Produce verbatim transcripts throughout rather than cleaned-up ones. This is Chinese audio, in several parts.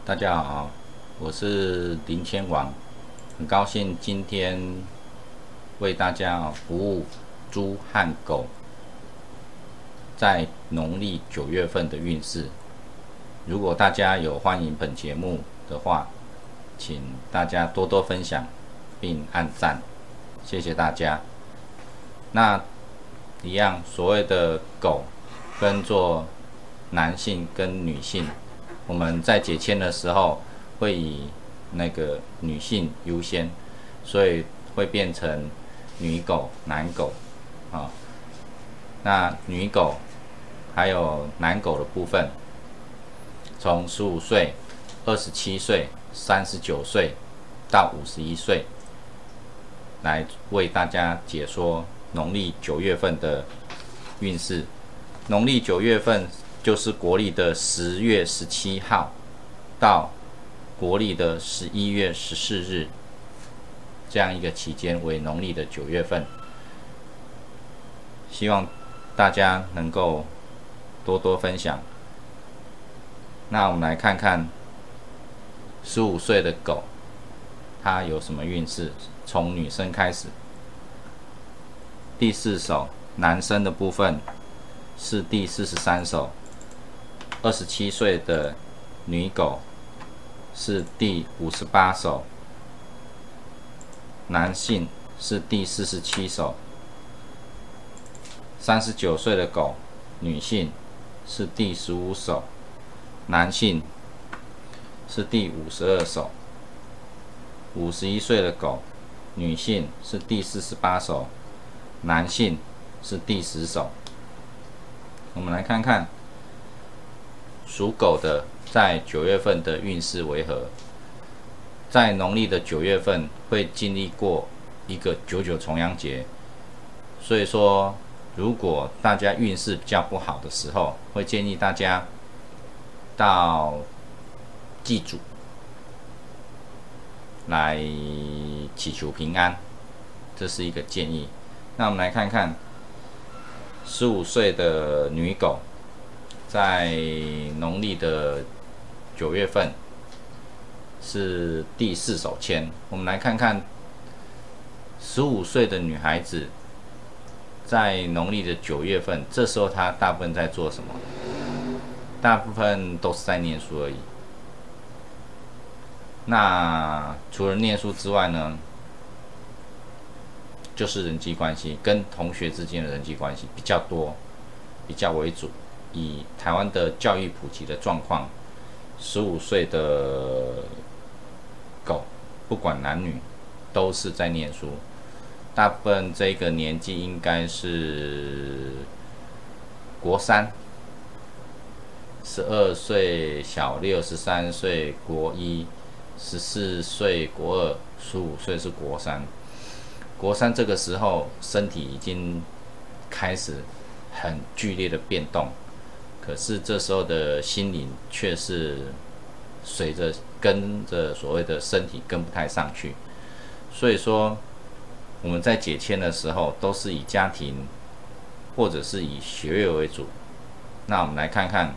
大家好，我是林千王，很高兴今天为大家服务猪和狗在农历九月份的运势。如果大家有欢迎本节目的话，请大家多多分享并按赞，谢谢大家。那一样，所谓的狗分作男性跟女性。我们在解签的时候会以那个女性优先，所以会变成女狗、男狗啊。那女狗还有男狗的部分，从十五岁、二十七岁、三十九岁到五十一岁，来为大家解说农历九月份的运势。农历九月份就是国历的十月十七号到国历的十一月十四日，这样一个期间为农历的九月份。希望大家能够多多分享。那我们来看看十五岁的狗，它有什么运势？从女生开始，第四首男生的部分是第四十三首。二十七岁的女狗是第五十八首，男性是第四十七首。三十九岁的狗，女性是第十五首，男性是第五十二首。五十一岁的狗，女性是第四十八首，男性是第十首。我们来看看属狗的在九月份的运势为何？在农历的九月份会经历过一个九九重阳节，所以说如果大家运势比较不好的时候，会建议大家到祭祖来祈求平安，这是一个建议。那我们来看看十五岁的女狗在农历的九月份是第四手签。我们来看看十五岁的女孩子在农历的九月份，这时候她大部分在做什么？大部分都是在念书而已。那除了念书之外呢，就是人际关系，跟同学之间的人际关系比较多，比较为主。以台湾的教育普及的状况，十五岁的狗不管男女都是在念书，大部分这个年纪应该是国三，十二岁小六，十三岁国一，十四岁国二，十五岁是国三。国三这个时候身体已经开始很剧烈的变动，可是这时候的心灵却是随着跟着所谓的身体跟不太上去。所以说我们在解签的时候都是以家庭或者是以学业为主。那我们来看看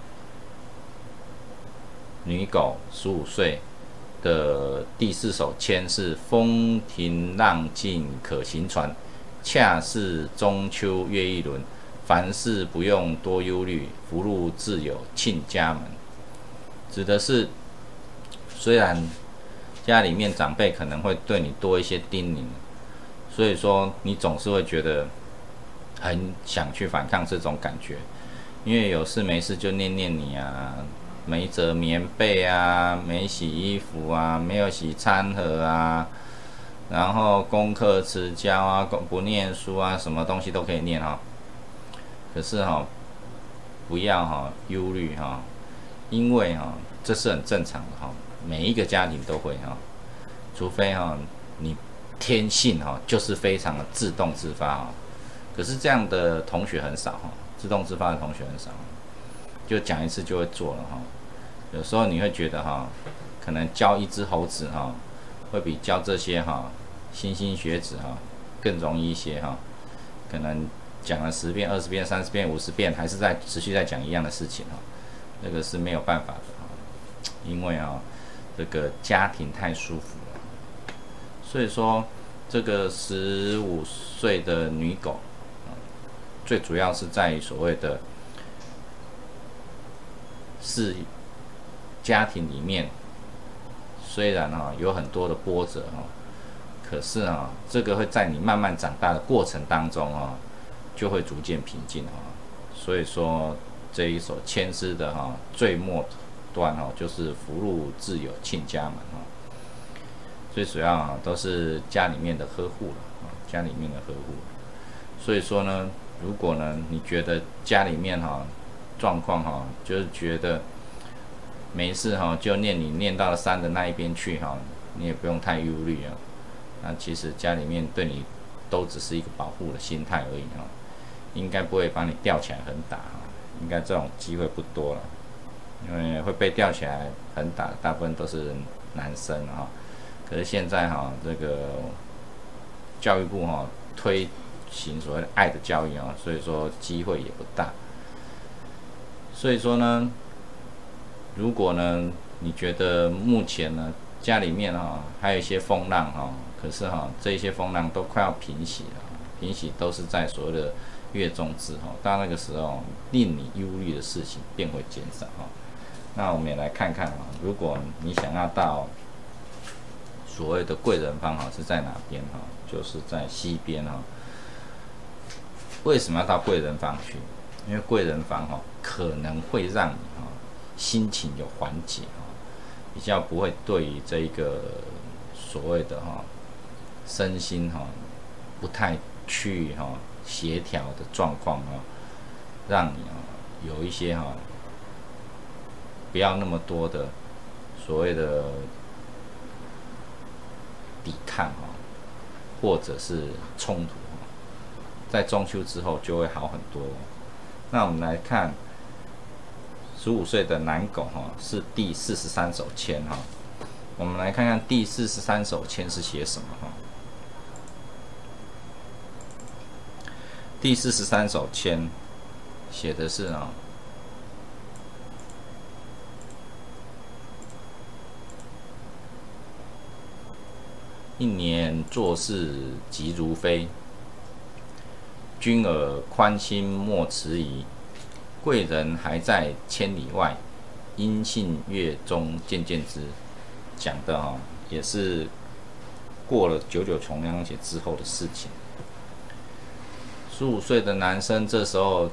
女狗十五岁的第四手签是风平浪静可行船，恰是中秋月一轮，凡事不用多忧虑，福禄自有庆家门。指的是虽然家里面长辈可能会对你多一些叮咛，所以说你总是会觉得很想去反抗这种感觉，因为有事没事就念念你啊，没折棉被啊，没洗衣服啊，没有洗餐盒啊，然后功课迟交啊，不念书啊，什么东西都可以念哈。可是哈，不要哈忧虑哈，因为哈这是很正常的哈，每一个家庭都会哈，除非哈你天性哈就是非常的自动自发哈。可是这样的同学很少哈，自动自发的同学很少，就讲一次就会做了哈。有时候你会觉得哈，可能教一只猴子哈，会比教这些哈莘莘学子哈更容易一些哈。可能讲了十遍、二十遍、三十遍、五十遍，还是在持续在讲一样的事情哈，这个是没有办法的哈。 因为啊，这个家庭太舒服了，所以说这个十五岁的女狗，最主要是在于所谓的是家庭里面，虽然啊有很多的波折啊，可是啊，这个会在你慢慢长大的过程当中啊，就会逐渐平静啊。所以说这一首千诗的哈、啊、最末段哈、啊，就是福禄自有亲家门哈、啊，最主要啊都是家里面的呵护了啊，家里面的呵护。所以说呢，如果呢你觉得家里面哈、啊、状况哈、啊，就是觉得没事哈、啊，就念你念到了山的那一边去哈、啊，你也不用太忧虑啊。那其实家里面对你都只是一个保护的心态而已哈、啊，应该不会把你吊起来狠打哈、啊，应该这种机会不多了，因为会被吊起来狠打，大部分都是男生哈、啊。可是现在哈、啊，这个教育部哈、啊、推行所谓的爱的教育啊，所以说机会也不大。所以说呢，如果呢你觉得目前呢家里面哈、啊、还有一些风浪哈、啊，可是哈、啊、这一些风浪都快要平息了，平息都是在所谓的月中之后，到那个时候令你忧虑的事情便会减少哈。那我们也来看看啊，如果你想要到所谓的贵人方哈是在哪边哈，就是在西边哈。为什么要到贵人方去？因为贵人方哈可能会让你哈心情有缓解哈，比较不会对于这一个所谓的哈身心哈不太去哈协调的状况哈，让你啊有一些哈不要那么多的所谓的抵抗哈，或者是冲突。在中秋之后就会好很多。那我们来看十五岁的男狗哈，是第四十三首签哈。我们来看看第四十三首签是写什么哈。第四十三首签写的是啊，一年做事急如飞。君尔宽心莫迟疑，贵人还在千里外，音信月中渐渐知。讲的哈、哦、也是过了九九重阳节之后的事情。十五岁的男生这时候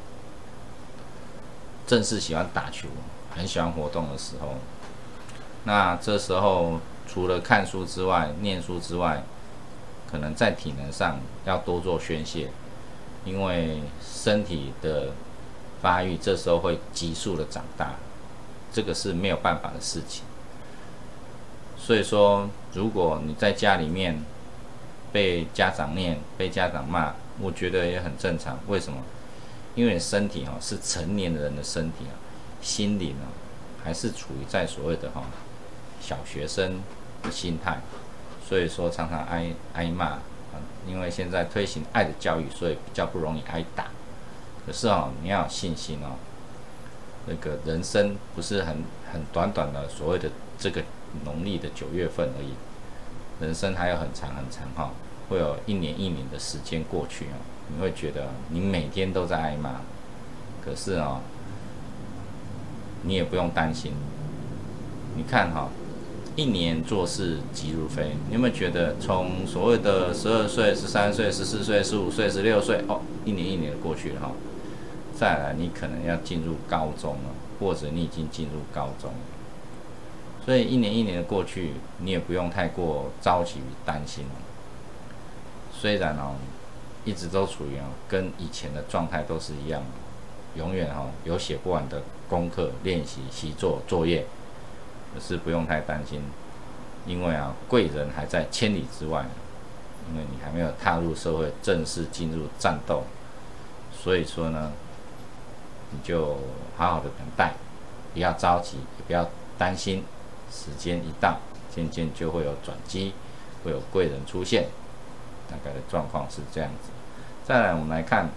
正是喜欢打球，很喜欢活动的时候。那这时候除了看书之外，念书之外，可能在体能上要多做宣泄。因为身体的发育这时候会急速的长大，这个是没有办法的事情。所以说，如果你在家里面被家长念、被家长骂，我觉得也很正常。为什么？因为你身体哈是成年人的身体啊，心理呢还是处于在所谓的哈小学生的心态，所以说常常挨挨骂。因为现在推行爱的教育，所以比较不容易挨打。可是哦，你要有信心哦。那个人生不是很很短短的所谓的这个农历的九月份而已，人生还有很长很长哈、哦，会有一年一年的时间过去哦。你会觉得你每天都在挨骂，可是哦，你也不用担心。你看哈、哦。一年做事急如飞，你有没有觉得从所谓的十二岁、十三岁、十四岁、十五岁、十六岁，哦，一年一年的过去了哈。再来，你可能要进入高中了，或者你已经进入高中了，所以一年一年的过去，你也不用太过着急与担心。虽然哦，一直都处于哦跟以前的状态都是一样，永远哦有写不完的功课、练习、习作、作业。可是不用太担心，因为啊，贵人还在千里之外，因为你还没有踏入社会，正式进入战斗，所以说呢，你就好好的等待，不要着急，也不要担心，时间一到，渐渐就会有转机，会有贵人出现，大概的状况是这样子。再来，我们来看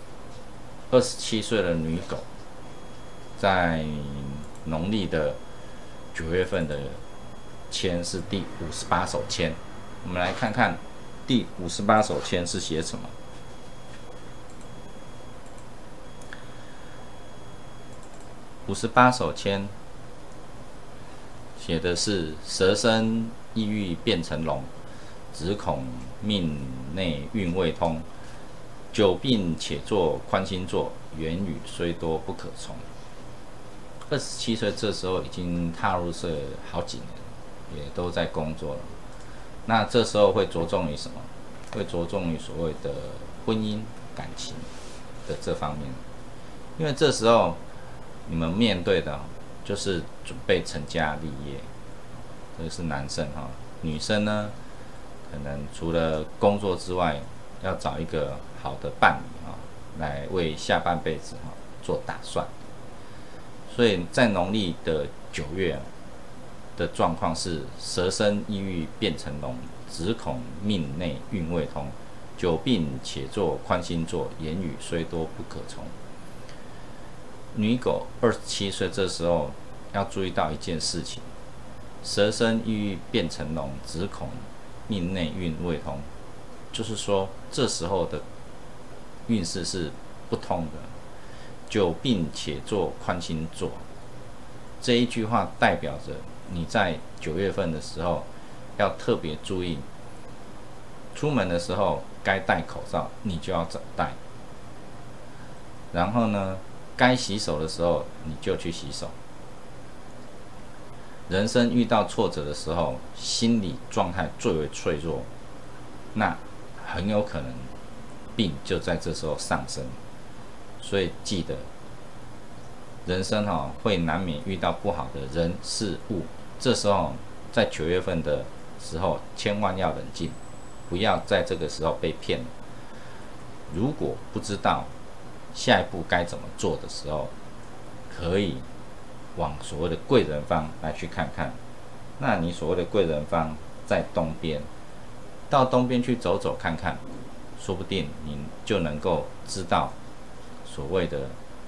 二十七岁的女狗，在农历的九月份的签是第五十八首签。我们来看看第五十八首签是写什么。五十八首签写的是蛇生意欲变成龙，只恐命内运未通，久病且作宽心坐，言语虽多不可从。二十七岁这时候已经踏入社好几年，也都在工作了。那这时候会着重于什么？会着重于所谓的婚姻感情的这方面，因为这时候你们面对的就是准备成家立业，这是男生哈。女生呢，可能除了工作之外，要找一个好的伴侣哈，来为下半辈子哈做打算。所以在农历的九月的状况是蛇生意欲变成龙，只恐命内运未通，久病且作宽心坐，言语虽多不可从。女狗二十七岁这时候要注意到一件事情：蛇生意欲变成龙，只恐命内运未通，就是说这时候的运势是不通的。久病且作宽心坐，这一句话代表着你在九月份的时候要特别注意，出门的时候该戴口罩你就要戴，然后呢，该洗手的时候你就去洗手。人生遇到挫折的时候，心理状态最为脆弱，那很有可能病就在这时候上升。所以记得，人生哈、哦、会难免遇到不好的人事物，这时候在九月份的时候，千万要冷静，不要在这个时候被骗了。如果不知道下一步该怎么做的时候，可以往所谓的贵人方来去看看。那你所谓的贵人方在东边，到东边去走走看看，说不定你就能够知道所谓的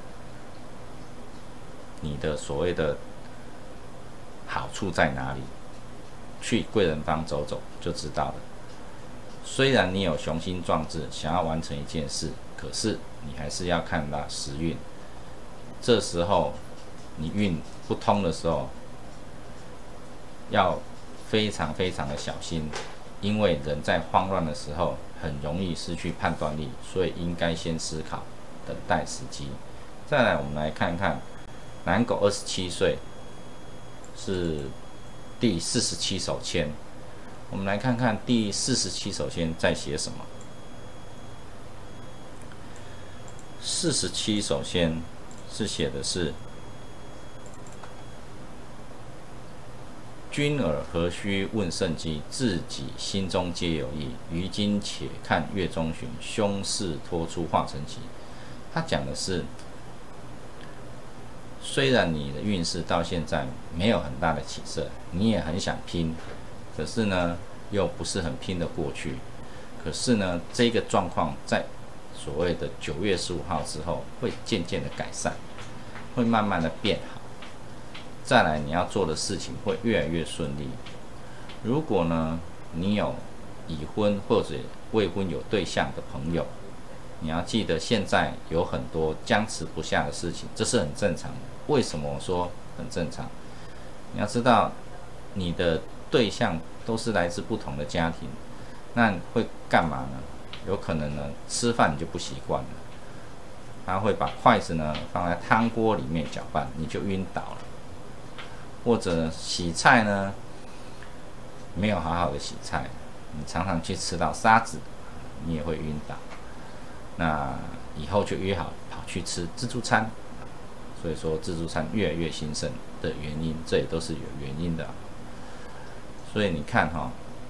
你的所谓的好处在哪里，去贵人方走走就知道了。虽然你有雄心壮志想要完成一件事，可是你还是要看到时运。这时候你运不通的时候，要非常非常的小心，因为人在慌乱的时候很容易失去判断力，所以应该先思考，等待时机。再来，我们来看看男狗二十七岁是第四十七首签。我们来看看第四十七首签在写什么。四十七首签是写的是：君尔何须问圣机，自己心中皆有意。于今且看月中旬，凶事托出化成吉。他讲的是，虽然你的运势到现在没有很大的起色，你也很想拼，可是呢，又不是很拼得过去。可是呢，这个状况在所谓的九月十五号之后，会渐渐的改善，会慢慢的变好。再来，你要做的事情会越来越顺利。如果呢，你有已婚或者未婚有对象的朋友，你要记得，现在有很多僵持不下的事情，这是很正常的。为什么我说很正常？你要知道，你的对象都是来自不同的家庭，那会干嘛呢？有可能呢，吃饭你就不习惯了，他会把筷子呢放在汤锅里面搅拌，你就晕倒了。或者洗菜呢，没有好好的洗菜，你常常去吃到沙子，你也会晕倒。那以后就约好跑去吃自助餐，所以说自助餐越来越兴盛的原因，这也都是有原因的。所以你看哈、哦，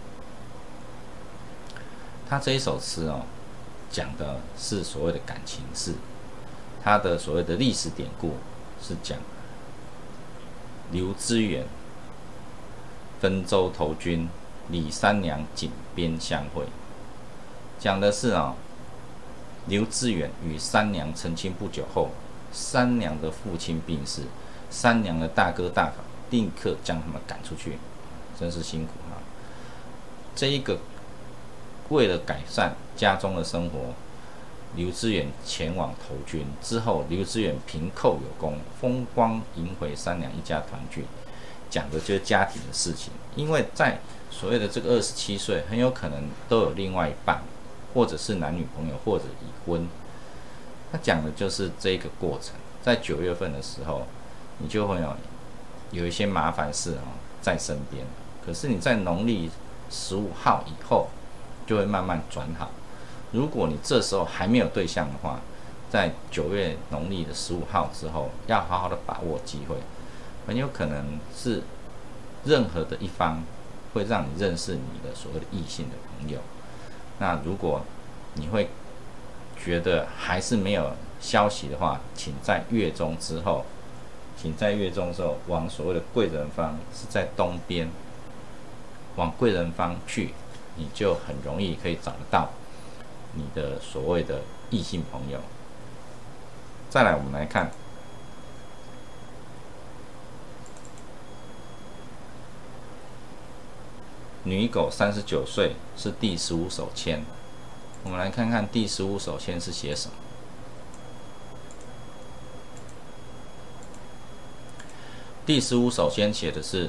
他这一首诗哦，讲的是所谓的感情事，他的所谓的历史典故是讲刘知远分州投军，李三娘井边相会，讲的是啊、哦，刘知远与三娘成亲不久后，三娘的父亲病逝，三娘的大哥大立刻将他们赶出去，真是辛苦哈。这一个为了改善家中的生活，刘知远前往投军之后，刘知远平寇有功，风光迎回三娘一家团聚，讲的就是家庭的事情。因为在所谓的这个二十七岁，很有可能都有另外一半，或者是男女朋友，或者已婚。他讲的就是这个过程。在九月份的时候，你就会有有一些麻烦事哦在身边，可是你在农历十五号以后，就会慢慢转好。如果你这时候还没有对象的话，在九月农历的十五号之后，要好好的把握机会，很有可能是任何的一方会让你认识你的所谓的异性的朋友。那如果你会觉得还是没有消息的话，请在月中之后，请在月中之后往所谓的贵人方，是在东边，往贵人方去，你就很容易可以找得到你的所谓的异性朋友。再来，我们来看女狗三十九岁是第十五手签，我们来看看第十五手签是写什么。第十五手签写的是：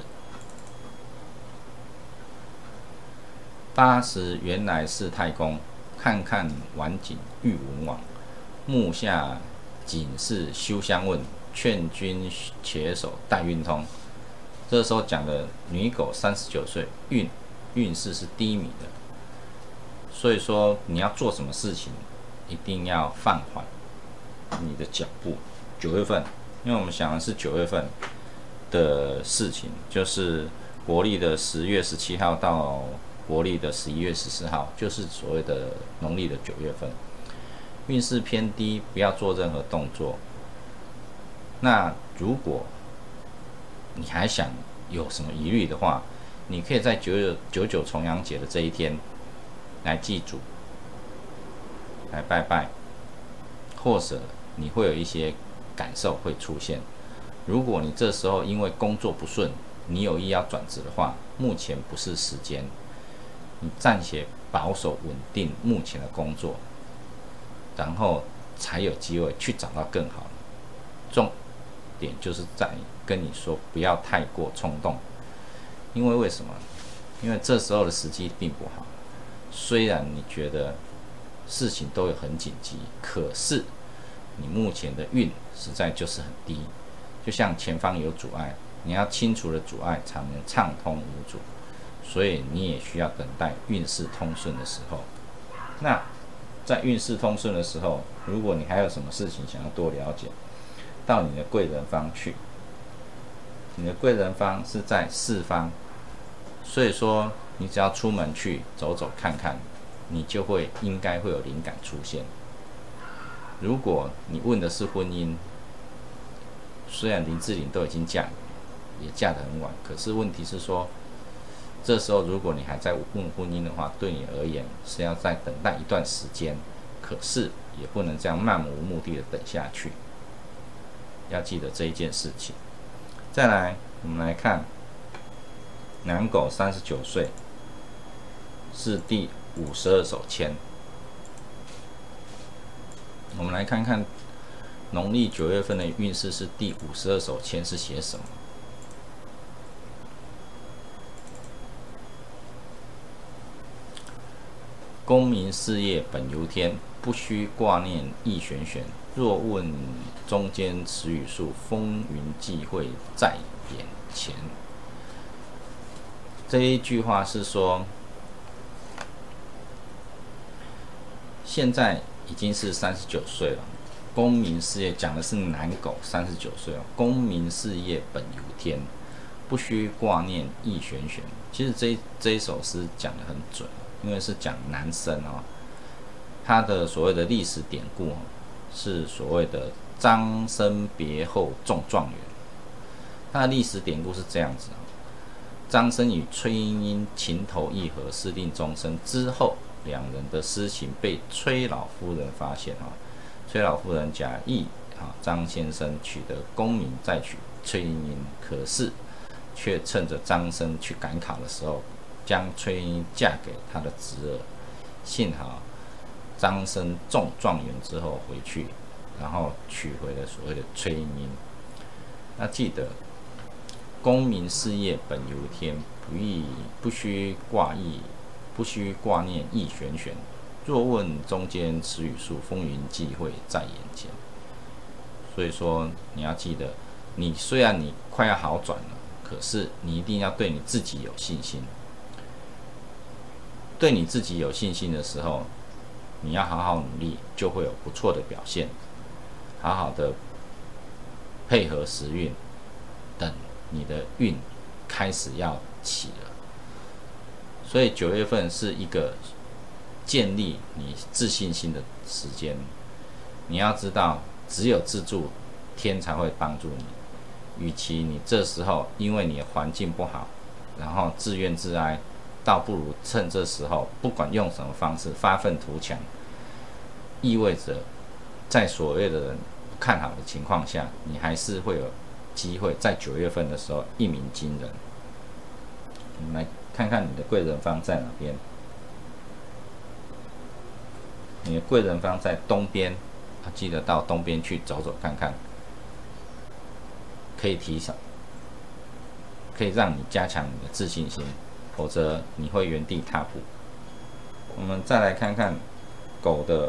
八十原来是太公，看看晚景遇文王，目下仅是休相问，劝君且守待运通。这时候讲的女狗三十九岁，运运势是低迷的，所以说你要做什么事情，一定要放缓你的脚步。九月份，因为我们想的是九月份的事情，就是国历的十月十七号到国历的十一月十四号，就是所谓的农历的九月份，运势偏低，不要做任何动作。那如果你还想有什么疑虑的话，你可以在九九九九重阳节的这一天来祭祖，来拜拜，或者你会有一些感受会出现。如果你这时候因为工作不顺，你有意要转职的话，目前不是时间，你暂且保守稳定目前的工作，然后才有机会去找到更好的。重点就是在跟你说，不要太过冲动，因为为什么？因为这时候的时机并不好。虽然你觉得事情都有很紧急，可是你目前的运实在就是很低，就像前方有阻碍，你要清除了阻碍，才能畅通无阻。所以你也需要等待运势通顺的时候。那在运势通顺的时候，如果你还有什么事情想要多了解，到你的贵人方去。你的贵人方是在四方，所以说你只要出门去走走看看，你就会应该会有灵感出现。如果你问的是婚姻，虽然林志玲都已经嫁，也嫁得很晚，可是问题是说，这时候如果你还在问婚姻的话，对你而言是要再等待一段时间，可是也不能这样漫无目的的等下去，要记得这一件事情。再来，我们来看男狗三十九岁是第五十二手签，我们来看看农历九月份的运势是第五十二手签是写什么。功名事业本由天，不须挂念意玄玄。若问中间词语数，风云际会在眼前。这一句话是说，现在已经是三十九岁了，功名事业讲的是男狗三十九岁了，功名事业本由天，不须挂念意玄玄。其实这这一首诗讲得很准，因为是讲男生哦，他的所谓的历史典故哦，是所谓的张生别后中状元。他的历史典故是这样子哦，张生与崔莺莺情投意合，私定终身之后，两人的私情被崔老夫人发现啊。崔老夫人假意啊张先生取得功名，再娶崔莺莺，可是却趁着张生去赶考的时候，将崔莺嫁给他的侄儿。幸好张生中状元之后回去，然后娶回了所谓的崔莺莺。那记得，功名事业本由天，不亦不须挂意，不须挂念意玄玄。若问中间词语数，风云际会在眼前。所以说，你要记得，你虽然你快要好转了，可是你一定要对你自己有信心。对你自己有信心的时候，你要好好努力，就会有不错的表现。好好的配合时运，等你的运开始要起了。所以九月份是一个建立你自信心的时间。你要知道，只有自助，天才会帮助你。与其你这时候因为你的环境不好，然后自怨自哀，倒不如趁这时候，不管用什么方式发愤图强，意味着在所谓的人不看好的情况下，你还是会有机会在九月份的时候一鸣惊人。我们来看看你的贵人方在哪边。你的贵人方在东边，记得到东边去走走看看，可以提升，可以让你加强你的自信心，否则你会原地踏步。我们再来看看狗的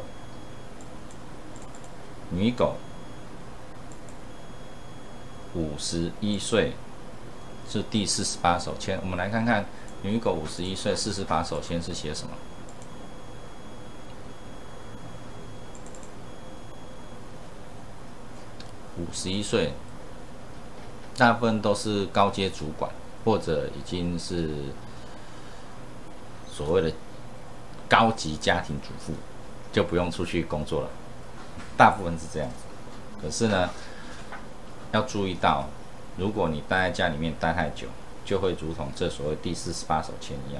女狗，五十一岁，是第四十八手签。我们来看看女狗五十一岁四十八手签是写什么。五十一岁，大部分都是高阶主管，或者已经是所谓的高级家庭主妇，就不用出去工作了。大部分是这样子。可是呢，要注意到，如果你待在家里面待太久，就会如同这所谓第四十八手签一样，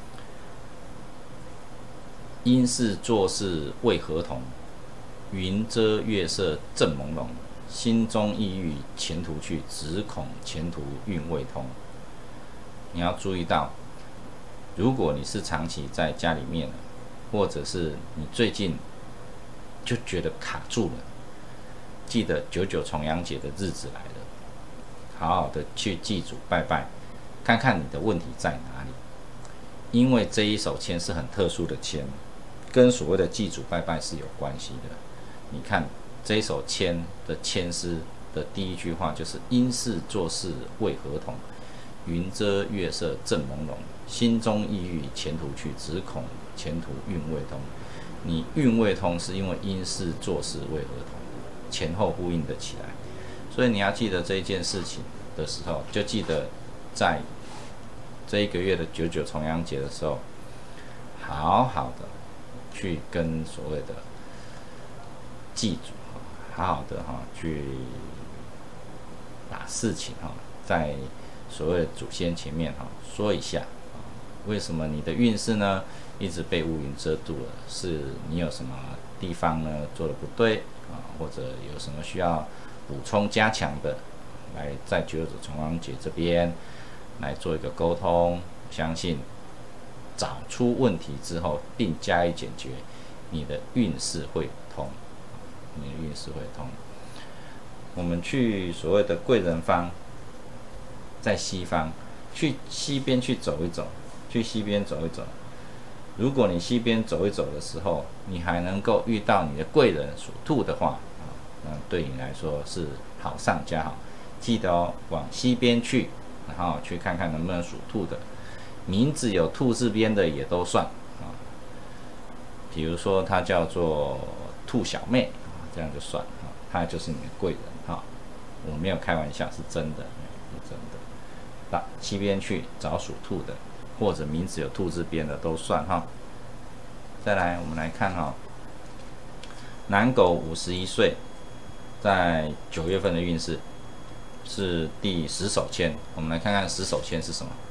因事做事为合同，云遮月色正朦胧。心中意欲前途去，只恐前途运未通。你要注意到，如果你是长期在家里面，或者是你最近就觉得卡住了，记得九九重阳节的日子来了，好好的去祭祖拜拜，看看你的问题在哪里。因为这一手签是很特殊的签，跟所谓的祭祖拜拜是有关系的。你看这一手签的签诗的第一句话就是“因事做事为合同，云遮月色正朦胧，心中意欲前途去，只恐前途运未通”。你运未通是因为因事做事为合同，前后呼应的起来。所以你要记得这一件事情的时候，就记得在这一个月的九九重阳节的时候，好好的去跟所谓的祭祖，好好的哈去把事情哈在所谓的祖先前面哈说一下，为什么你的运势呢一直被乌云遮住了？是你有什么地方呢做的不对啊，或者有什么需要补充加强的？来在九九重阳节这边来做一个沟通，相信找出问题之后并加以解决，你的运势会通，你的运势会通。我们去所谓的贵人方，在西方，去西边去走一走，去西边走一走。如果你西边走一走的时候，你还能够遇到你的贵人属兔的话，那对你来说是好上加好。记得哦，往西边去，然后去看看能不能属兔的，名字有兔字边的也都算啊。比如说它叫做兔小妹，这样就算啊，它就是你的贵人哈。我没有开玩笑，是真的，是真的。到西边去找属兔的，或者名字有兔字边的都算哈。再来，我们来看哈，男狗五十一岁，在九月份的运势是第十手签。我们来看看十手签是什么。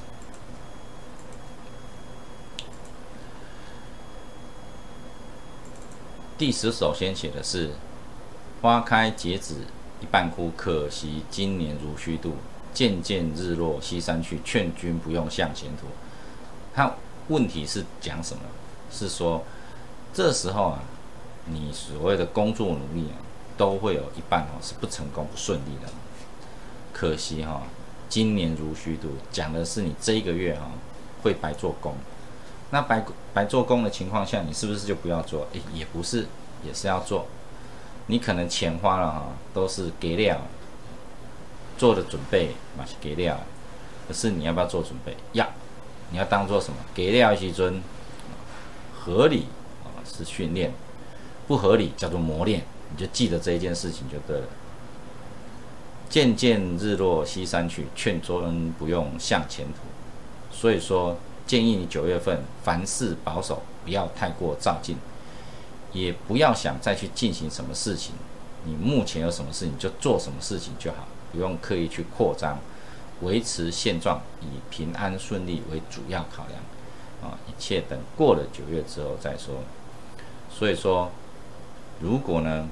第十手签写的是：花开结子一半枯，可惜今年如虚度。 渐渐日落西山去，劝君不用向前途。他问题是讲什么？是说这时候啊，你所谓的工作努力啊，都会有一半哦是不成功、不顺利的。可惜哈、哦，今年如虚度，讲的是你这一个月哈、哦、会白做工。那白白做工的情况下，你是不是就不要做？诶，也不是，也是要做。你可能钱花了哈、哦，都是给了，做的准备嘛是给了，可是你要不要做准备？要，你要当做什么？给了的时阵，合理啊、哦、是训练，不合理叫做磨练。你就记得这一件事情就对了。渐渐日落西山去，劝君不用向前途。所以说，建议你九月份凡事保守，不要太过躁进，也不要想再去进行什么事情。你目前有什么事情就做什么事情就好，不用刻意去扩张，维持现状，以平安顺利为主要考量。啊，一切等过了九月之后再说。所以说，如果呢，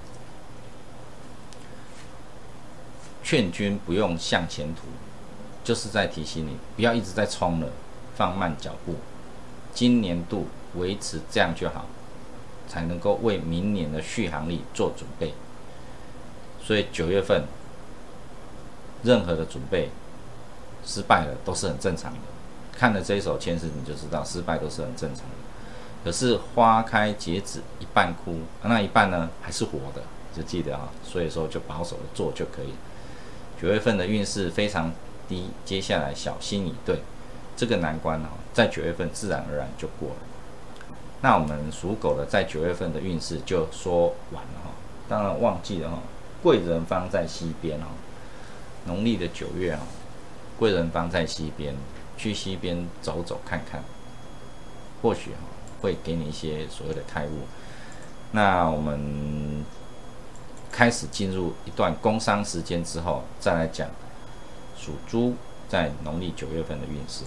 劝君不用向前途，就是在提醒你不要一直在冲了，放慢脚步。今年度维持这样就好，才能够为明年的续航力做准备。所以九月份任何的准备失败了都是很正常的。看了这一首签诗，你就知道失败都是很正常的。可是花开结子一半枯，那一半呢还是活的，就记得啊。所以说就保守的做就可以。九月份的运势非常低，接下来小心以对，这个难关在九月份自然而然就过了。那我们属狗的在九月份的运势就说完了哈，当然忘记了哈，贵人方在西边哈，农历的九月哈，贵人方在西边，去西边走走看看，或许哈会给你一些所谓的开悟。那我们开始进入一段工商时间之后，再来讲属猪在农历九月份的运势。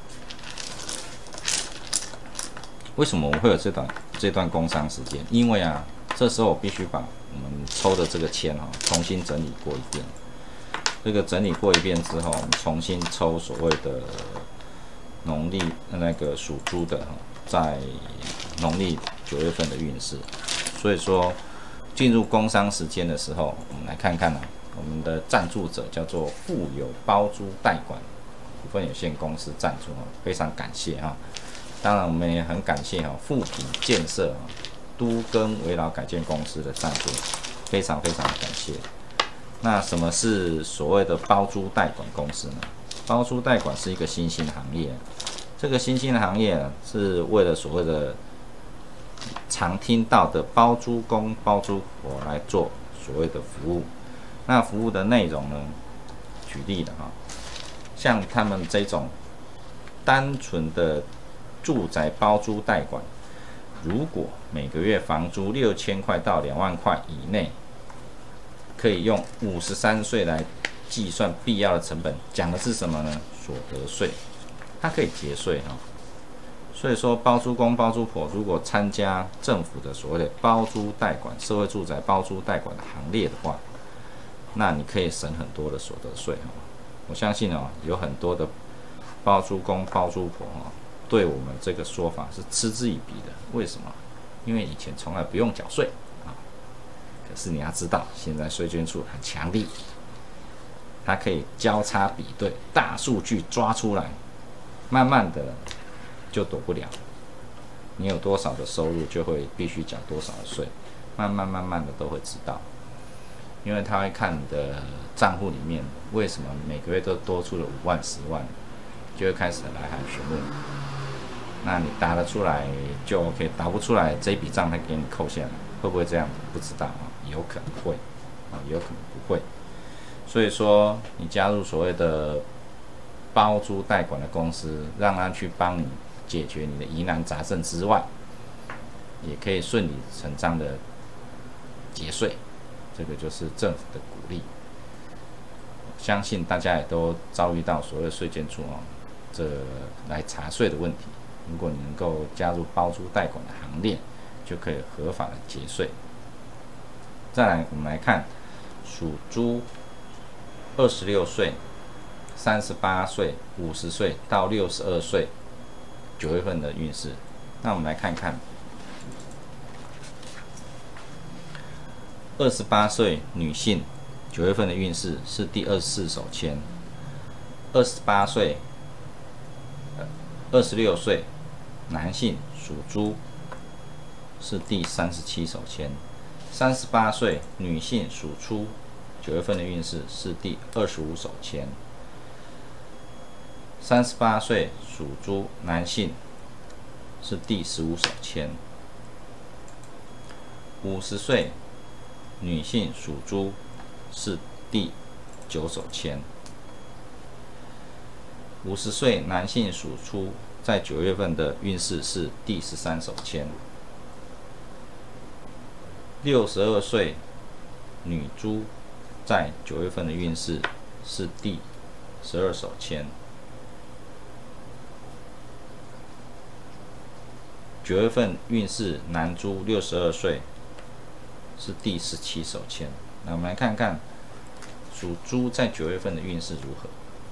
为什么我会有这段这段工商时间？因为啊，这时候我必须把我们抽的这个签哈、哦、重新整理过一遍。这个整理过一遍之后，我们重新抽所谓的农历那个属猪的哈、哦，在农历九月份的运势。所以说，进入工商时间的时候，我们来看看啊，我们的赞助者叫做富有包租代管股份有限公司赞助哦，非常感谢啊。当然，我们也很感谢哈富品建设啊都更围绕改建公司的赞助，非常非常感谢。那什么是所谓的包租代管公司呢？包租代管是一个新兴行业，这个新兴的行业是为了所谓的常听到的包租公、包租婆来做所谓的服务。那服务的内容呢？举例的哈，像他们这种单纯的住宅包租代管，如果每个月房租六千块到两万块以内，可以用五十三岁来计算必要的成本。讲的是什么呢？所得税，它可以节税哈。所以说，包租公、包租婆如果参加政府的所谓的包租代管、社会住宅包租代管的行列的话，那你可以省很多的所得税哈。我相信哦，有很多的包租公、包租婆哈，对我们这个说法是嗤之以鼻的。为什么？因为以前从来不用缴税啊。可是你要知道，现在税捐处很强力，它可以交叉比对，大数据抓出来，慢慢的就躲不了。你有多少的收入，就会必须缴多少的税，慢慢慢慢的都会知道。因为他会看你的账户里面为什么每个月都多出了五万、十万，就会开始来函询问。那你答得出来就 OK， 答不出来这一笔账他给你扣下来，会不会这样子？不知道啊，有可能会啊，有可能不会。所以说，你加入所谓的包租代管的公司，让他去帮你解决你的疑难杂症之外，也可以顺理成章的节税。这个就是政府的鼓励，相信大家也都遭遇到所谓税监处哦，这来查税的问题。如果你能够加入包租代管的行列，就可以合法的节税。再来，我们来看属猪，二十六岁， 三十八岁、五十岁到六十二岁，九月份的运势。那我们来看看，二十八岁女性九月份的运势是第二十四手签。二十八岁、二十六岁男性属猪是第三十七手签。三十八岁女性属猪，九月份的运势是第二十五手签。三十八岁属猪男性是第十五手签。五十岁女性属猪是第九手签。五十岁男性属猪在九月份的运势是第十三手签。六十二岁女猪在九月份的运势是第十二手签。九月份运势男猪六十二岁是第十七手签。那我们来看看属猪在九月份的运势如何。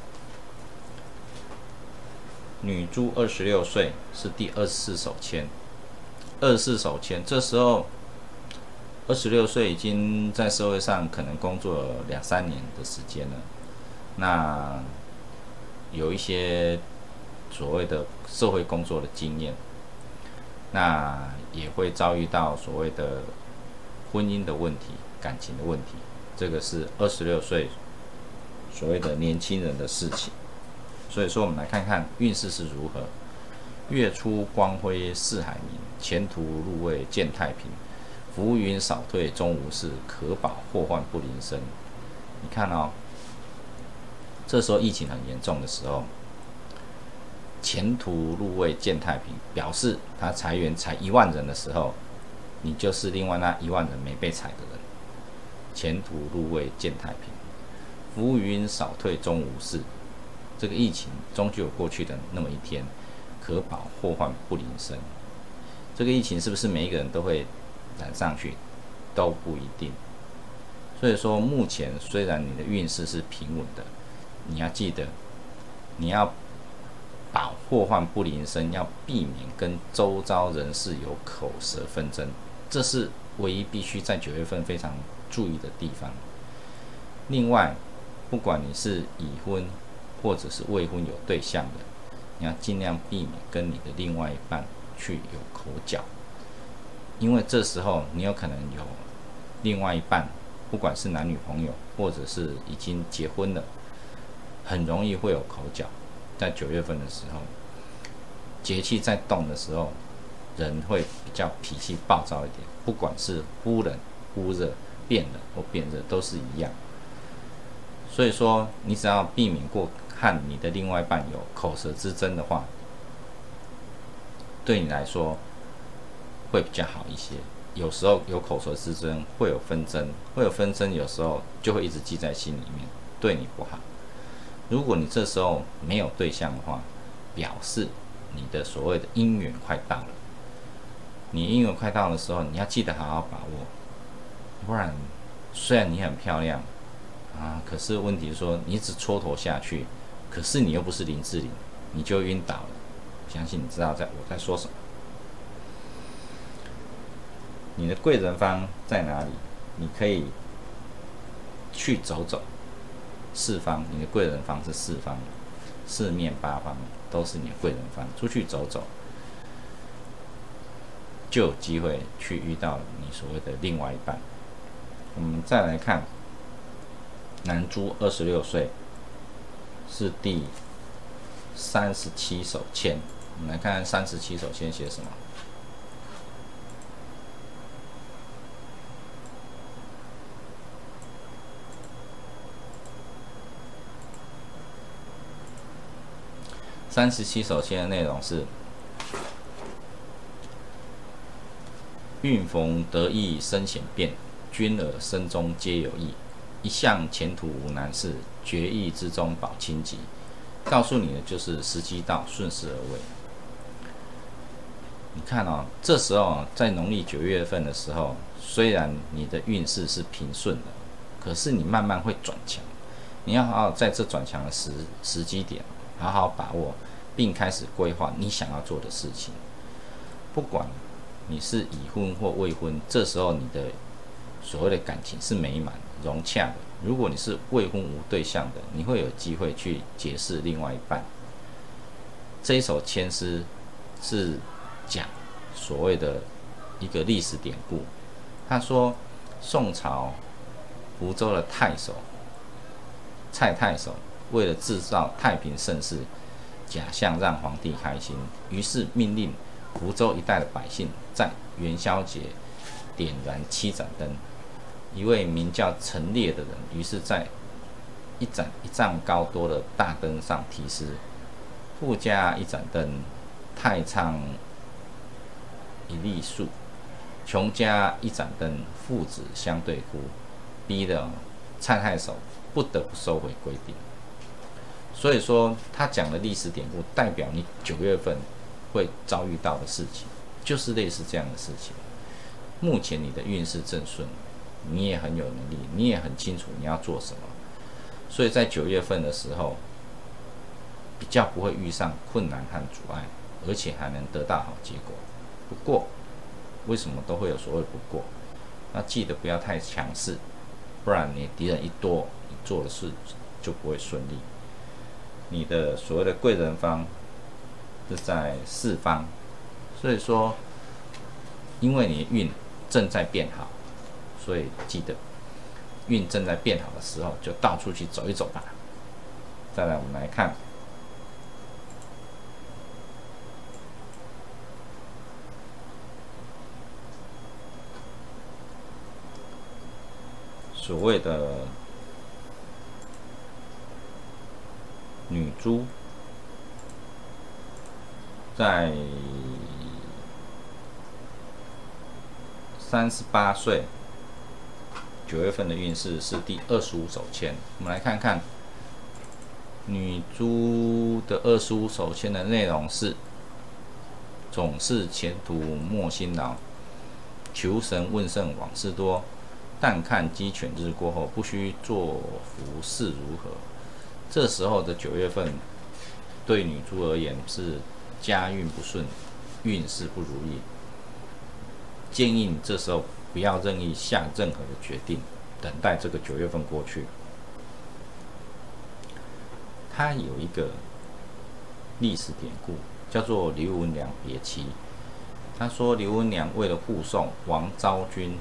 女猪二十六岁是第二十四手签。二十四手签，这时候二十六岁已经在社会上可能工作了两三年的时间了，那有一些所谓的社会工作的经验，那也会遭遇到所谓的婚姻的问题、感情的问题，这个是二十六岁所谓的年轻人的事情。所以说，我们来看看运势是如何。月出光辉四海明，前途入位见太平。浮云少退终无事，可保祸患不临身。你看哦，这时候疫情很严重的时候，前途入位见太平，表示他裁员裁一万人的时候，你就是另外那一万人没被裁的人。前途入位见太平，浮云少退终无事。这个疫情终究有过去的那么一天，可保祸患不临身。这个疫情是不是每一个人都会染上去，都不一定。所以说，目前虽然你的运势是平稳的，你要记得，你要保祸患不临身，要避免跟周遭人士有口舌纷争，这是唯一必须在九月份非常注意的地方。另外，不管你是已婚或者是未婚有对象的，你要尽量避免跟你的另外一半去有口角，因为这时候你有可能有另外一半，不管是男女朋友或者是已经结婚了，很容易会有口角。在九月份的时候，节气在动的时候，人会比较脾气暴躁一点，不管是忽冷忽热、变冷或变热都是一样。所以说，你只要避免过和你的另外一半有口舌之争的话，对你来说会比较好一些。有时候有口舌之争，会有纷争，会有纷争，有时候就会一直记在心里面，对你不好。如果你这时候没有对象的话，表示你的所谓的姻缘快到了。你姻缘快到的时候，你要记得好好把握，不然虽然你很漂亮啊，可是问题是说你一直蹉跎下去，可是你又不是林志玲，你就晕倒了。我相信你知道在我在说什么。你的贵人方在哪里？你可以去走走。四方，你的贵人方是四方，四面八方都是你的贵人方，出去走走，就有机会去遇到你所谓的另外一半。我们再来看，男猪二十六岁，是第三十七手签。我们来看看三十七手签写什么。三十七手签的内容是：运逢得意身显变，君尔身中皆有益。一向前途无难事，决意之中保清吉。告诉你的就是时机到，顺势而为。你看哦，这时候在农历九月份的时候，虽然你的运势是平顺的，可是你慢慢会转强。 你要好好在这转强的时时机点，好好把握，并开始规划你想要做的事情。不管你是已婚或未婚，这时候你的所谓的感情是美满融洽的。如果你是未婚无对象的，你会有机会去结识另外一半。这一首签诗是讲所谓的一个历史典故。他说，宋朝福州的太守蔡太守为了制造太平盛世，假象让皇帝开心，于是命令福州一带的百姓在元宵节点燃七盏灯。一位名叫陈烈的人，于是在一盏一丈高多的大灯上题诗：富家一盏灯，太仓一粒粟；穷家一盏灯，父子相对哭。逼得蔡太守不得不收回规定。所以说，他讲的历史典故，代表你九月份会遭遇到的事情，就是类似这样的事情。目前你的运势正顺，你也很有能力，你也很清楚你要做什么，所以在九月份的时候，比较不会遇上困难和阻碍，而且还能得到好结果。不过，为什么都会有所谓不过？那记得不要太强势，不然你敌人一多，你做的事就不会顺利。你的所谓的贵人方是在四方，所以说，因为你的运正在变好，所以记得运正在变好的时候，就到处去走一走吧。再来，我们来看所谓的女猪，在三十八岁九月份的运势是第二十五手签。我们来看看女猪的二十五手签的内容是：总是前途莫辛劳，求神问圣往事多，但看鸡犬日过后，不须作福事如何。这时候的九月份，对女猪而言是家运不顺，运势不如意。建议你这时候不要任意下任何的决定，等待这个九月份过去。它有一个历史典故，叫做刘文良别妻。他说，刘文良为了护送王昭君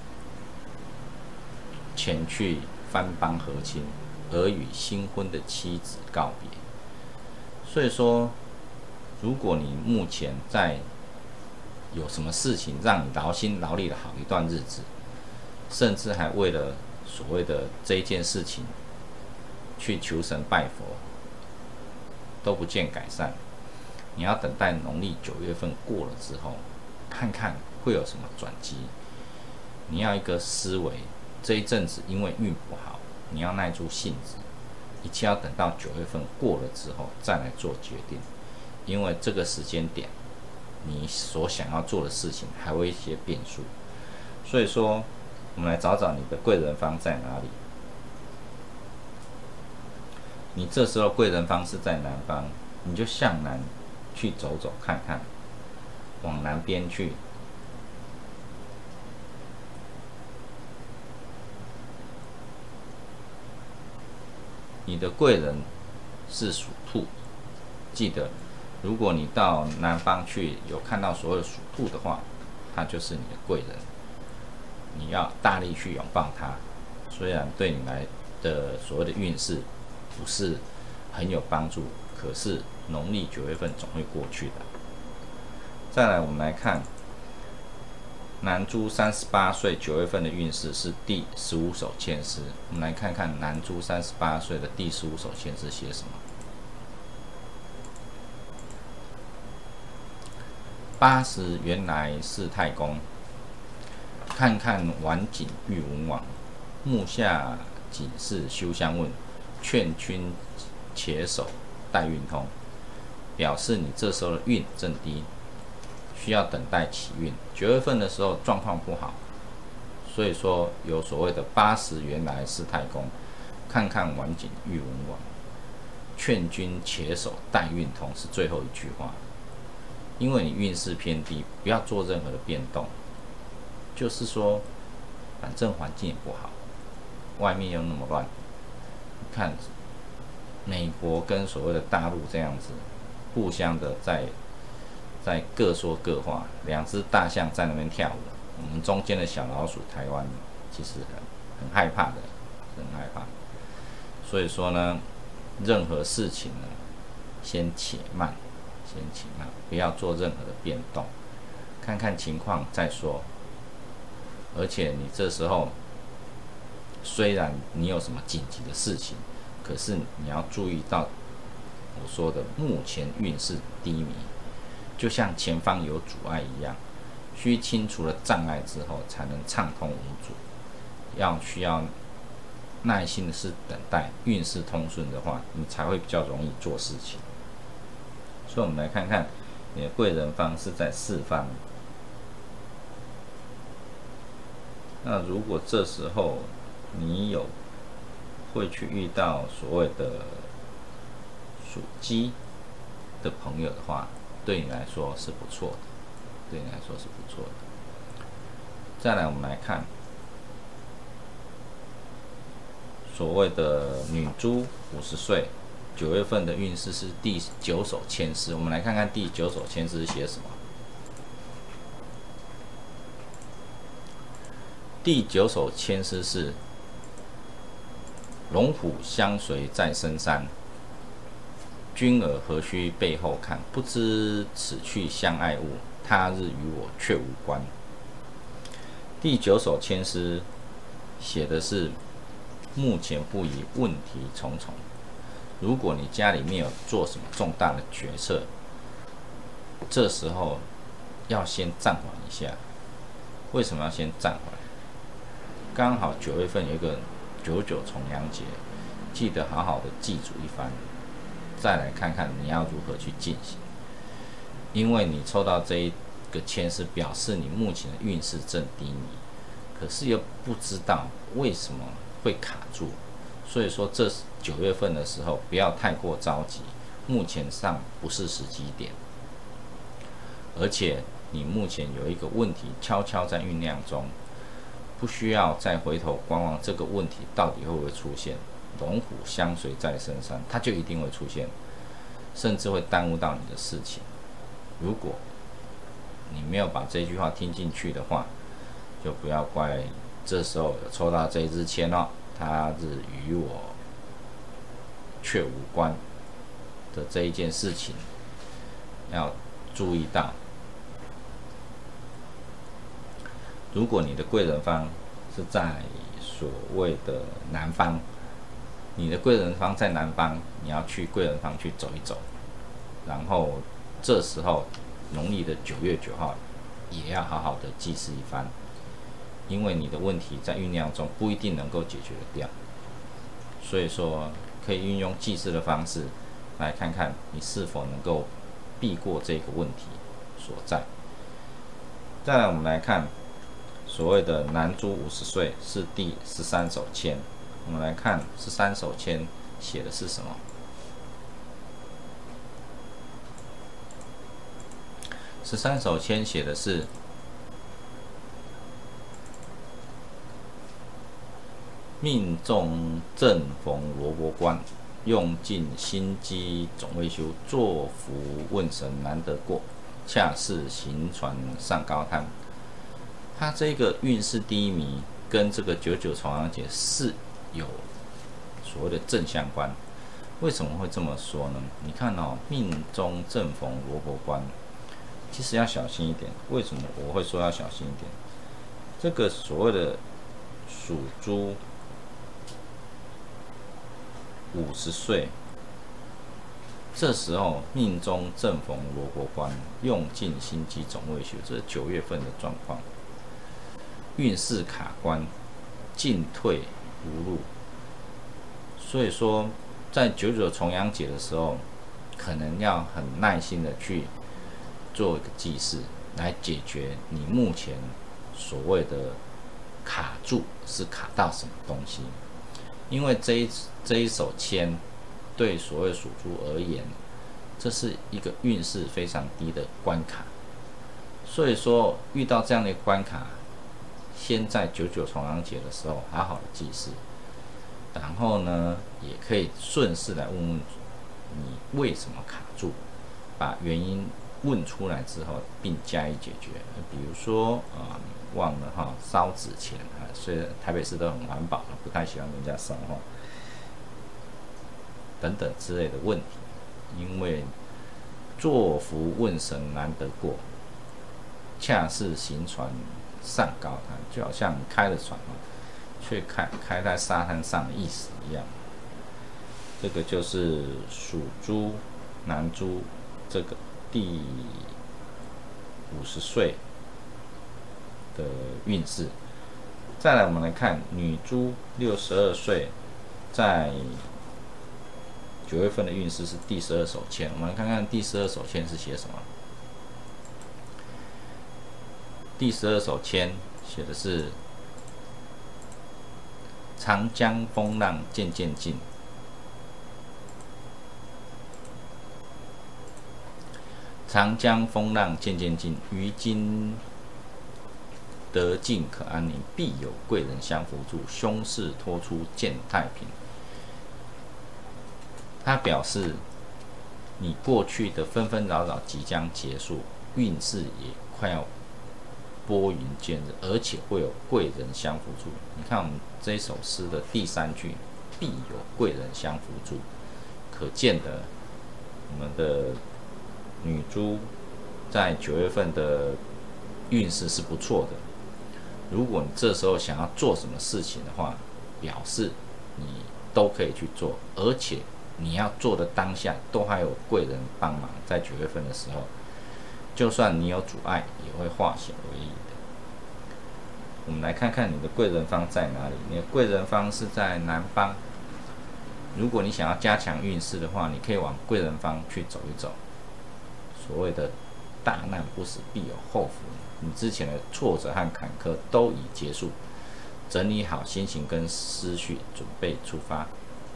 前去番邦和亲，而与新婚的妻子告别。所以说，如果你目前在有什么事情让你劳心劳力了好一段日子，甚至还为了所谓的这一件事情去求神拜佛，都不见改善，你要等待农历九月份过了之后，看看会有什么转机。你要一个思维，这一阵子因为运不好，你要耐住性子，一切要等到九月份过了之后再来做决定，因为这个时间点你所想要做的事情还会一些变数。所以说，我们来找找你的贵人方在哪里。你这时候贵人方是在南方，你就向南去走走看看，往南边去。你的贵人是属兔，记得，如果你到南方去有看到所有属兔的话，他就是你的贵人，你要大力去拥抱他。虽然对你来的所谓的运势不是很有帮助，可是农历九月份总会过去的。再来，我们来看男猪三十八岁九月份的运势是第十五手签诗。我们来看看男猪三十八岁的第十五手签诗写什么。八十原来是太公，看看晚景遇文王，目下仅是休相问，劝君且守待运通。表示你这时候的运正低，需要等待起运。九月份的时候状况不好，所以说有所谓的八十原来是太公， 看看晚景遇文王，劝君且守待运通是最后一句话。因为你运势偏低，不要做任何的变动。就是说，反正环境也不好，外面又那么乱。你看，美国跟所谓的大陆这样子，互相的在在各说各话，两只大象在那边跳舞，我们中间的小老鼠台湾其实很很害怕的，很害怕。所以说呢，任何事情呢，先且慢。先且慢，不要做任何的变动，看看情况再说。而且你这时候虽然你有什么紧急的事情，可是你要注意到我说的目前运势低迷，就像前方有阻碍一样，需清除了障碍之后，才能畅通无阻。要需要耐心的是等待运势通顺的话，你才会比较容易做事情。所以我们来看看你的贵人方是在四方。那如果这时候你有会去遇到所谓的属鸡的朋友的话，对你来说是不错的，对你来说是不错的。再来，我们来看所谓的女猪五十岁。九月份的运势是第九首签诗，我们来看看第九首签诗写什么。第九首签诗是：龙虎相随在深山，君儿何须背后看？不知此去相爱物，他日与我却无关。第九首签诗写的是目前不宜，问题重重。如果你家里面有做什么重大的决策，这时候要先暂缓一下。为什么要先暂缓？刚好九月份有一个九九重阳节，记得好好的祭祖一番，再来看看你要如何去进行。因为你抽到这一个签是表示你目前的运势正低迷，可是又不知道为什么会卡住。所以说，这九月份的时候不要太过着急，目前上不是时机点，而且你目前有一个问题悄悄在酝酿中，不需要再回头观望这个问题到底会不会出现。龙虎相随在深山，它就一定会出现，甚至会耽误到你的事情。如果你没有把这句话听进去的话，就不要怪这时候有抽到这一支签哦。他日与我却无关的这一件事情，要注意到。如果你的贵人方是在所谓的南方，你的贵人方在南方，你要去贵人方去走一走，然后这时候农历的九月九号也要好好的祭祀一番。因为你的问题在酝酿中，不一定能够解决得掉，所以说可以运用祭祀的方式来看看你是否能够避过这个问题所在。再来，我们来看所谓的男猪五十岁是第十三首签，我们来看十三首签写的是什么。十三首签写的是命中正逢萝卜关，用尽心机总未休。作福问神难得过，恰似行船上高滩。它这个运势低迷跟这个九九重阳节是有所谓的正相关。为什么会这么说呢？你看哦，命中正逢萝卜关，其实要小心一点。为什么我会说要小心一点？这个所谓的属猪五十岁，这时候命中正逢萝卜关，用尽心机总未休。这是九月份的状况，运势卡关，进退无路。所以说，在九九重阳节的时候，可能要很耐心的去做一个祭祀，来解决你目前所谓的卡住是卡到什么东西。 因为这一这一手签对所谓属猪而言，这是一个运势非常低的关卡，所以说遇到这样的关卡，先在九九重阳节的时候好好的祭祀，然后呢，也可以顺势来问问你为什么卡住，把原因问出来之后，并加以解决。比如说啊、呃，忘了哈烧纸钱啊，虽然台北市都很环保，不太喜欢人家烧哈，等等之类的问题。因为作福问神难得过，恰似行船上高滩，就好像你开了船哦，却开开在沙滩上的意思一样。这个就是属猪男猪这个第五十岁的运势。再来，我们来看女猪六十二岁，在九月份的运势是第十二手签。我们来看看第十二手签是写什么。第十二手签写的是长江风浪渐渐近，长江风浪渐渐近，于今得尽可安宁，必有贵人相扶助，凶事脱出见太平。他表示，你过去的纷纷扰扰即将结束，运势也快要拨云见日，而且会有贵人相扶助。你看我们这一首诗的第三句，必有贵人相扶助，可见的我们的女猪在九月份的运势是不错的。如果你这时候想要做什么事情的话，表示你都可以去做，而且你要做的当下都还有贵人帮忙。在九月份的时候，就算你有阻碍，也会化险为夷的。我们来看看你的贵人方在哪里。你的贵人方是在南方。如果你想要加强运势的话，你可以往贵人方去走一走。所谓的大难不死，必有后福。你之前的挫折和坎坷都已结束，整理好心情跟思绪，准备出发。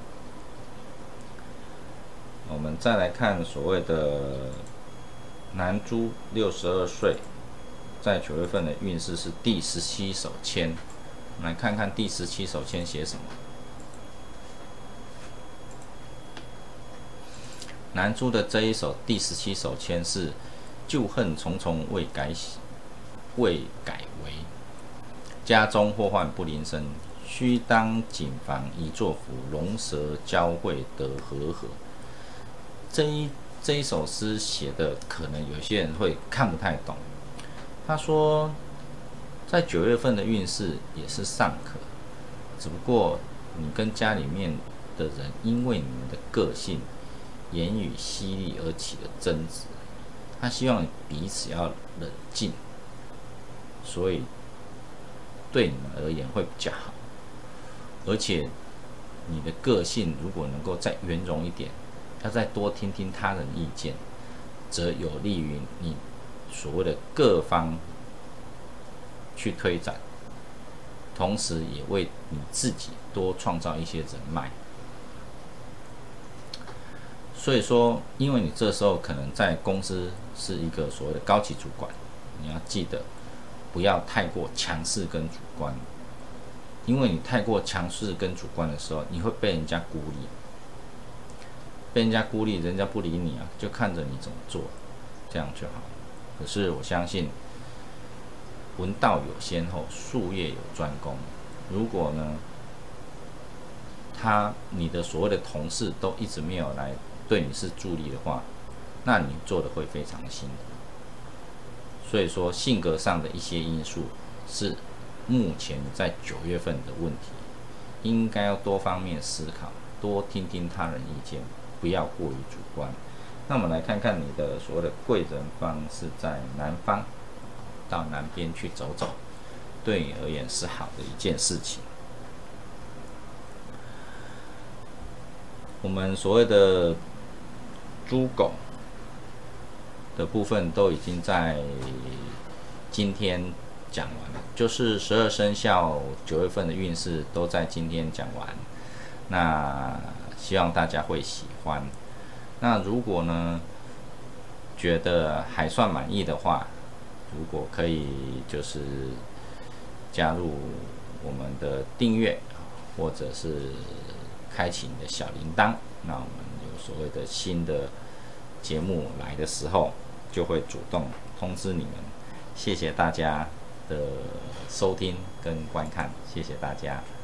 我们再来看所谓的男猪六十二岁，在九月份的运势是第十七手签。我们来看看第十七手签写什么。男猪的这一手第十七手签是旧恨重重未改未改为，家中祸患不临身，须当谨防宜作福，龙蛇交汇得和合。这一这一首诗写的，可能有些人会看不太懂。他说，在九月份的运势也是尚可，只不过你跟家里面的人，因为你们的个性、言语犀利而起的争执，他希望彼此要冷静，所以对你们而言会比较好。而且你的个性如果能够再圆融一点，要再多听听他人意见，则有利于你所谓的各方去推展，同时也为你自己多创造一些人脉。所以说，因为你这时候可能在公司是一个所谓的高级主管，你要记得不要太过强势跟主观，因为你太过强势跟主观的时候，你会被人家孤立。被人家孤立，人家不理你啊，就看着你怎么做，这样就好。可是我相信，文道有先后，术业有专攻。如果呢，他你的所谓的同事都一直没有来对你是助力的话，那你做的会非常的辛苦。所以说，性格上的一些因素是目前在九月份的问题，应该要多方面思考，多听听他人意见。不要过于主观。那我们来看看你的所谓的贵人方是在南方，到南边去走走，对你而言是好的一件事情。我们所谓的猪狗的部分都已经在今天讲完了，就是十二生肖九月份的运势都在今天讲完。 那希望大家会喜欢。那如果呢觉得还算满意的话，如果可以就是加入我们的订阅，或者是开启你的小铃铛，那我们有所谓的新的节目来的时候，就会主动通知你们。谢谢大家的收听跟观看，谢谢大家。